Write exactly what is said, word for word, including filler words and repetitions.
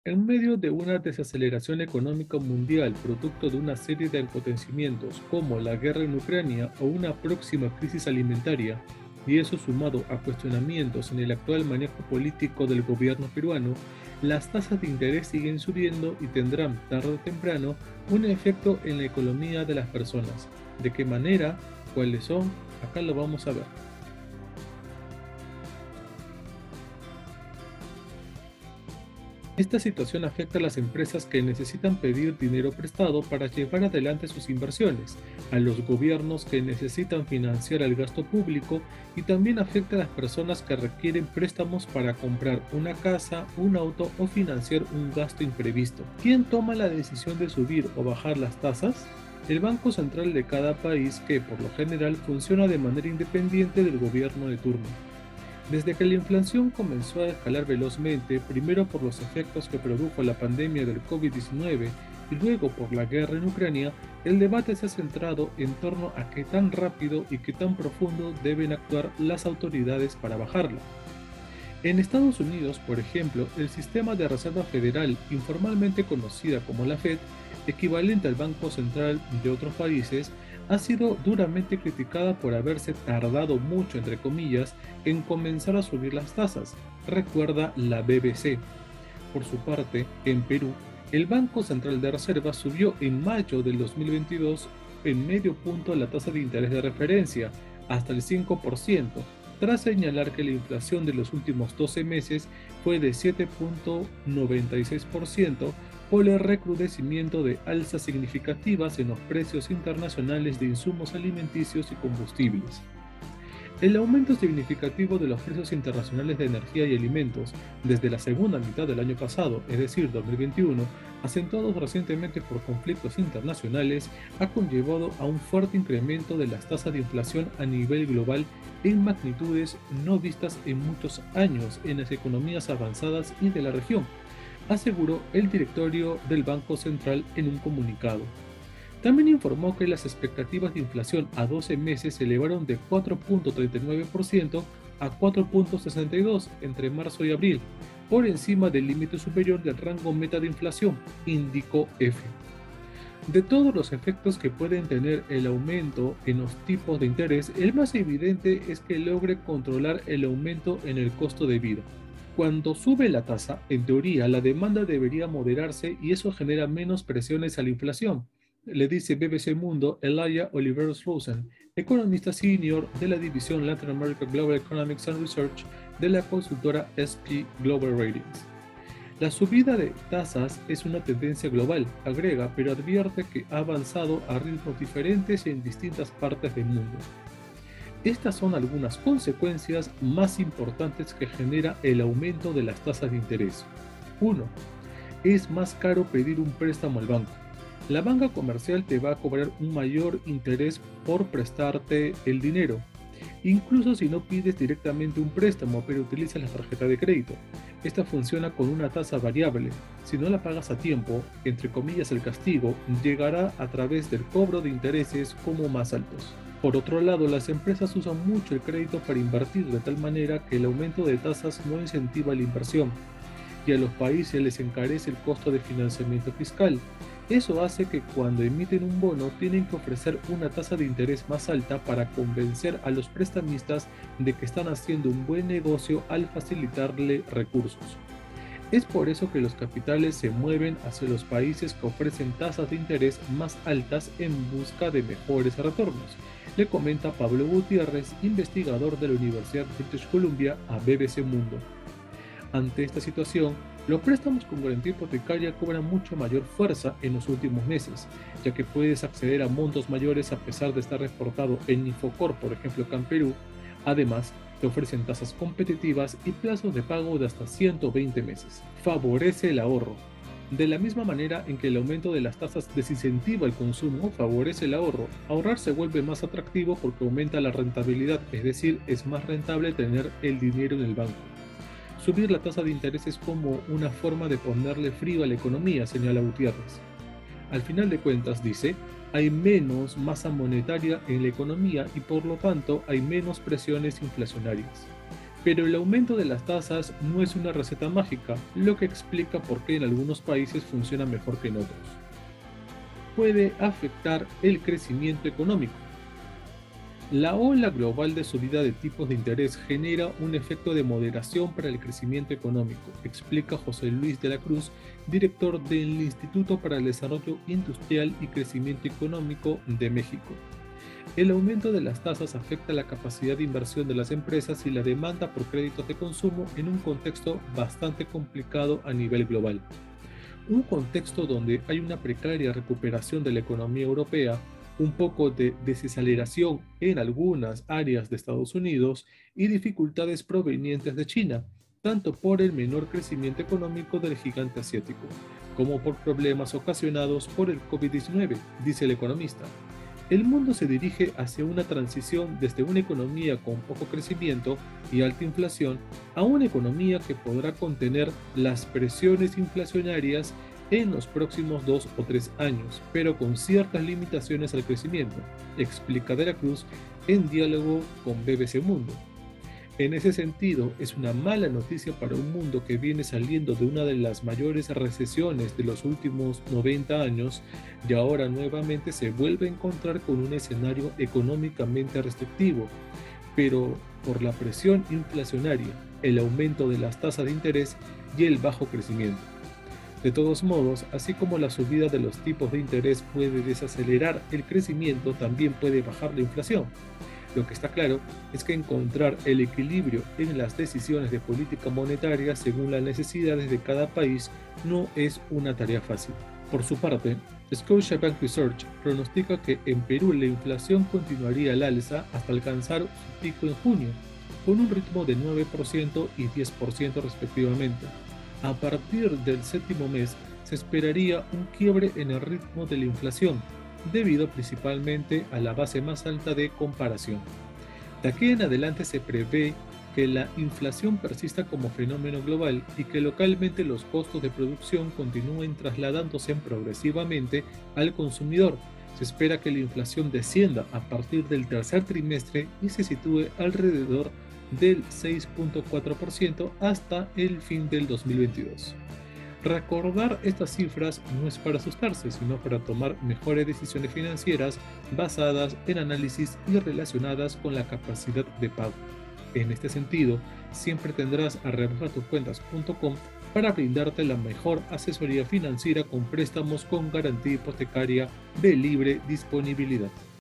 En medio de una desaceleración económica mundial producto de una serie de acontecimientos como la guerra en Ucrania o una próxima crisis alimentaria, y eso sumado a cuestionamientos en el actual manejo político del gobierno peruano, las tasas de interés siguen subiendo y tendrán tarde o temprano un efecto en la economía de las personas. ¿De qué manera? ¿Cuáles son? Acá lo vamos a ver. Esta situación afecta a las empresas que necesitan pedir dinero prestado para llevar adelante sus inversiones, a los gobiernos que necesitan financiar el gasto público y también afecta a las personas que requieren préstamos para comprar una casa, un auto o financiar un gasto imprevisto. ¿Quién toma la decisión de subir o bajar las tasas? El Banco Central de cada país que, por lo general, funciona de manera independiente del gobierno de turno. Desde que la inflación comenzó a escalar velozmente, primero por los efectos que produjo la pandemia del COVID diecinueve y luego por la guerra en Ucrania, el debate se ha centrado en torno a qué tan rápido y qué tan profundo deben actuar las autoridades para bajarla. En Estados Unidos, por ejemplo, el sistema de Reserva Federal, informalmente conocida como la Fed, equivalente al Banco Central de otros países, ha sido duramente criticada por haberse tardado mucho, entre comillas, en comenzar a subir las tasas, recuerda la B B C. Por su parte, en Perú, el Banco Central de Reserva subió en mayo del dos mil veintidós en medio punto la tasa de interés de referencia, hasta el cinco por ciento, tras señalar que la inflación de los últimos doce meses fue de siete punto noventa y seis por ciento por el recrudecimiento de alzas significativas en los precios internacionales de insumos alimenticios y combustibles. El aumento significativo de los precios internacionales de energía y alimentos desde la segunda mitad del año pasado, es decir, dos mil veintiuno, acentuados recientemente por conflictos internacionales, ha conllevado a un fuerte incremento de las tasas de inflación a nivel global en magnitudes no vistas en muchos años en las economías avanzadas y de la región, aseguró el directorio del Banco Central en un comunicado. También informó que las expectativas de inflación a doce meses se elevaron de cuatro punto treinta y nueve por ciento a cuatro punto sesenta y dos por ciento entre marzo y abril, por encima del límite superior del rango meta de inflación, indicó F. De todos los efectos que pueden tener el aumento en los tipos de interés, el más evidente es que logre controlar el aumento en el costo de vida. Cuando sube la tasa, en teoría, la demanda debería moderarse y eso genera menos presiones a la inflación, le dice B B C Mundo Elia Oliveros-Rosen, economista senior de la división Latin America Global Economics and Research de la consultora S P Global Ratings. La subida de tasas es una tendencia global, agrega, pero advierte que ha avanzado a ritmos diferentes en distintas partes del mundo. Estas son algunas consecuencias más importantes que genera el aumento de las tasas de interés. uno. Es más caro pedir un préstamo al banco. La banca comercial te va a cobrar un mayor interés por prestarte el dinero, incluso si no pides directamente un préstamo pero utilizas la tarjeta de crédito. Esta funciona con una tasa variable. Si no la pagas a tiempo, entre comillas el castigo, llegará a través del cobro de intereses como más altos. Por otro lado, las empresas usan mucho el crédito para invertir de tal manera que el aumento de tasas no incentiva la inversión y a los países les encarece el costo de financiamiento fiscal. Eso hace que cuando emiten un bono tienen que ofrecer una tasa de interés más alta para convencer a los prestamistas de que están haciendo un buen negocio al facilitarle recursos. Es por eso que los capitales se mueven hacia los países que ofrecen tasas de interés más altas en busca de mejores retornos, le comenta Pablo Gutiérrez, investigador de la Universidad de British Columbia, a B B C Mundo. Ante esta situación, los préstamos con garantía hipotecaria cobran mucho mayor fuerza en los últimos meses, ya que puedes acceder a montos mayores a pesar de estar reportado en Infocor, por ejemplo acá en Perú. Además, te ofrecen tasas competitivas y plazos de pago de hasta ciento veinte meses. Favorece el ahorro. De la misma manera en que el aumento de las tasas desincentiva el consumo, favorece el ahorro. Ahorrar se vuelve más atractivo porque aumenta la rentabilidad, es decir, es más rentable tener el dinero en el banco. Subir la tasa de interés es como una forma de ponerle frío a la economía, señala Gutiérrez. Al final de cuentas, dice, hay menos masa monetaria en la economía y por lo tanto hay menos presiones inflacionarias. Pero el aumento de las tasas no es una receta mágica, lo que explica por qué en algunos países funciona mejor que en otros. Puede afectar el crecimiento económico. La ola global de subida de tipos de interés genera un efecto de moderación para el crecimiento económico, explica José Luis de la Cruz, director del Instituto para el Desarrollo Industrial y Crecimiento Económico de México. El aumento de las tasas afecta la capacidad de inversión de las empresas y la demanda por créditos de consumo en un contexto bastante complicado a nivel global. Un contexto donde hay una precaria recuperación de la economía europea, un poco de desaceleración en algunas áreas de Estados Unidos y dificultades provenientes de China, tanto por el menor crecimiento económico del gigante asiático, como por problemas ocasionados por el COVID diecinueve, dice el economista. El mundo se dirige hacia una transición desde una economía con poco crecimiento y alta inflación a una economía que podrá contener las presiones inflacionarias en los próximos dos o tres años, pero con ciertas limitaciones al crecimiento, explica De la Cruz en diálogo con B B C Mundo. En ese sentido, es una mala noticia para un mundo que viene saliendo de una de las mayores recesiones de los últimos noventa años y ahora nuevamente se vuelve a encontrar con un escenario económicamente restrictivo, pero por la presión inflacionaria, el aumento de las tasas de interés y el bajo crecimiento. De todos modos, así como la subida de los tipos de interés puede desacelerar el crecimiento, también puede bajar la inflación. Lo que está claro es que encontrar el equilibrio en las decisiones de política monetaria según las necesidades de cada país no es una tarea fácil. Por su parte, Scotiabank Research pronostica que en Perú la inflación continuaría al alza hasta alcanzar su pico en junio, con un ritmo de nueve por ciento y diez por ciento respectivamente. A partir del séptimo mes se esperaría un quiebre en el ritmo de la inflación, debido principalmente a la base más alta de comparación. De aquí en adelante se prevé que la inflación persista como fenómeno global y que localmente los costos de producción continúen trasladándose progresivamente al consumidor. Se espera que la inflación descienda a partir del tercer trimestre y se sitúe alrededor del seis punto cuatro por ciento hasta el fin del dos mil veintidós. Recordar estas cifras no es para asustarse, sino para tomar mejores decisiones financieras basadas en análisis y relacionadas con la capacidad de pago. En este sentido, siempre tendrás a rebaja tus cuentas punto com para brindarte la mejor asesoría financiera con préstamos con garantía hipotecaria de libre disponibilidad.